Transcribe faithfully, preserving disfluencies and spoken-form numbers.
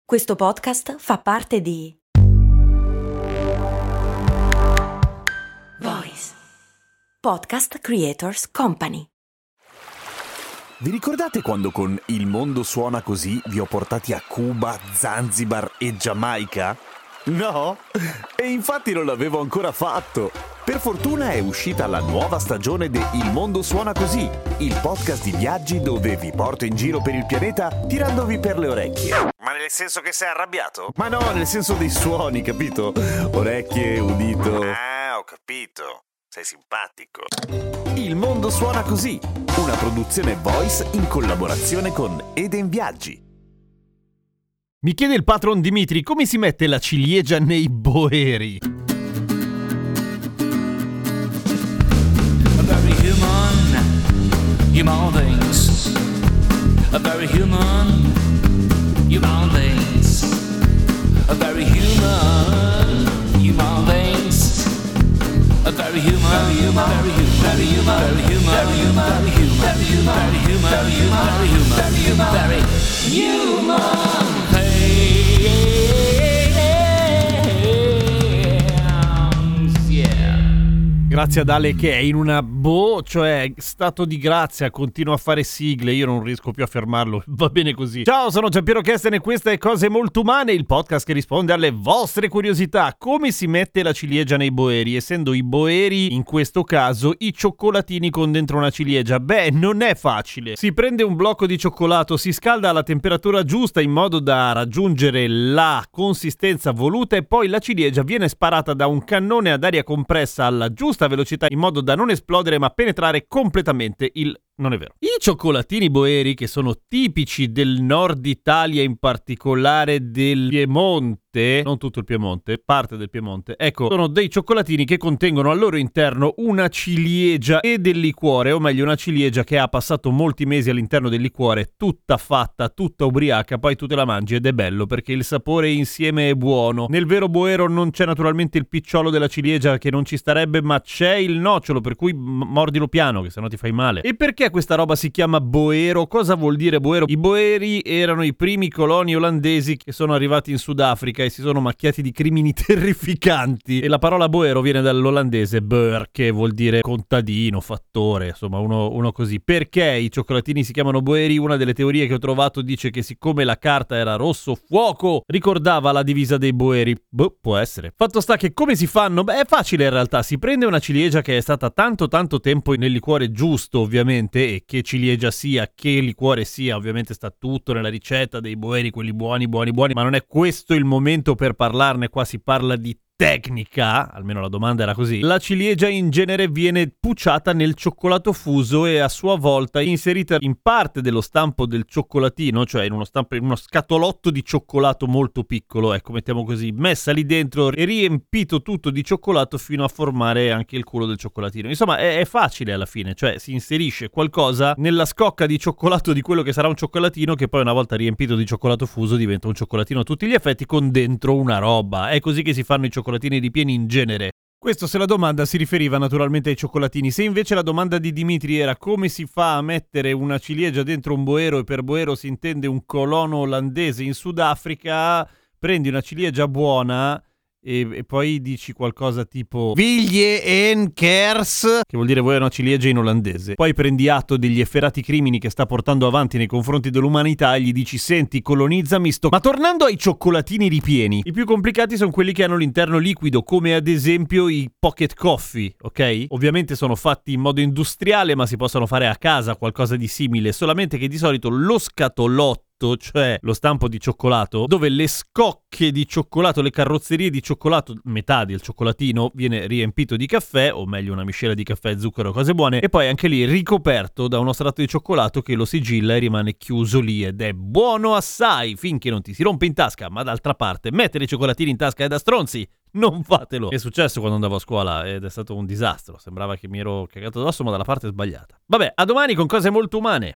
Questo podcast fa parte di Voice Podcast Creators Company. Vi ricordate quando con Il mondo suona così vi ho portati a Cuba, Zanzibar e Giamaica? No? E infatti non l'avevo ancora fatto. Per fortuna è uscita la nuova stagione di Il mondo suona così, il podcast di viaggi dove vi porto in giro per il pianeta tirandovi per le orecchie. Ma nel senso che sei arrabbiato? Ma no, nel senso dei suoni, capito? Orecchie, udito. Ah, ho capito. Sei simpatico. Il mondo suona così, una produzione Voice in collaborazione con Eden Viaggi. Mi chiede il patron Dimitri come si mette la ciliegia nei boeri. A very human, human things. A very human, human things. A very human, human things. A very human, very human, very human, very human, very human, very human, very human, very human, very human, very human, very human, very human. Grazie ad Ale che è in una boh, cioè stato di grazia, continua a fare sigle, io non riesco più a fermarlo, va bene così. Ciao, sono Giampiero Kesten e questa è Cose Molto Umane, il podcast che risponde alle vostre curiosità. Come si mette la ciliegia nei boeri? Essendo i boeri, in questo caso, i cioccolatini con dentro una ciliegia. Beh, non è facile. Si prende un blocco di cioccolato, si scalda alla temperatura giusta in modo da raggiungere la consistenza voluta e poi la ciliegia viene sparata da un cannone ad aria compressa alla giusta velocità in modo da non esplodere ma penetrare completamente il... Non è vero. I cioccolatini boeri, che sono tipici del nord Italia, in particolare del Piemonte, non tutto il Piemonte, parte del Piemonte, ecco, sono dei cioccolatini che contengono al loro interno una ciliegia e del liquore, o meglio una ciliegia che ha passato molti mesi all'interno del liquore, tutta fatta, tutta ubriaca, poi tu te la mangi ed è bello perché il sapore insieme è buono. Nel vero boero non c'è naturalmente il picciolo della ciliegia che non ci starebbe, ma c'è il nocciolo, per cui m- mordilo piano che sennò ti fai male. E perché questa roba si chiama boero? Cosa vuol dire boero? I boeri erano i primi coloni olandesi che sono arrivati in Sudafrica e si sono macchiati di crimini terrificanti. E la parola boero viene dall'olandese beur, che vuol dire contadino, fattore, insomma uno, uno così. Perché i cioccolatini si chiamano boeri? Una delle teorie che ho trovato dice che siccome la carta era rosso fuoco, ricordava la divisa dei boeri. Boh, può essere. Fatto sta che come si fanno? Beh, è facile in realtà. Si prende una ciliegia che è stata tanto tanto tempo nel liquore giusto, ovviamente, e che ciliegia sia, che liquore sia, ovviamente sta tutto nella ricetta dei boeri, quelli buoni, buoni, buoni, ma non è questo il momento per parlarne, qua si parla di tecnica, almeno la domanda era così. La ciliegia in genere viene pucciata nel cioccolato fuso e a sua volta inserita in parte dello stampo del cioccolatino, cioè in uno stampo, in uno scatolotto di cioccolato molto piccolo, ecco, mettiamo così, messa lì dentro e riempito tutto di cioccolato fino a formare anche il culo del cioccolatino. Insomma, è, è facile alla fine, cioè si inserisce qualcosa nella scocca di cioccolato di quello che sarà un cioccolatino che poi una volta riempito di cioccolato fuso diventa un cioccolatino a tutti gli effetti con dentro una roba. È così che si fanno i cioccolatini ripieni in genere. Questo se la domanda si riferiva naturalmente ai cioccolatini. Se invece la domanda di Dimitri era come si fa a mettere una ciliegia dentro un boero, e per boero si intende un colono olandese in Sudafrica, prendi una ciliegia buona e, e poi dici qualcosa tipo Vilje en kers, che vuol dire vuoi una ciliegia in olandese. Poi prendi atto degli efferati crimini che sta portando avanti nei confronti dell'umanità e gli dici senti, colonizzami sto... Ma tornando ai cioccolatini ripieni, i più complicati sono quelli che hanno l'interno liquido, come ad esempio i pocket coffee, ok? Ovviamente sono fatti in modo industriale, ma si possono fare a casa qualcosa di simile, solamente che di solito lo scatolotto, cioè lo stampo di cioccolato, dove le scocche di cioccolato, le carrozzerie di cioccolato, metà del cioccolatino viene riempito di caffè, o meglio una miscela di caffè, zucchero, cose buone, e poi anche lì ricoperto da uno strato di cioccolato che lo sigilla e rimane chiuso lì ed è buono assai finché non ti si rompe in tasca. Ma d'altra parte mettere i cioccolatini in tasca è da stronzi, non fatelo. È successo quando andavo a scuola ed è stato un disastro, sembrava che mi ero cagato addosso ma dalla parte sbagliata. Vabbè, a domani con Cose Molto Umane.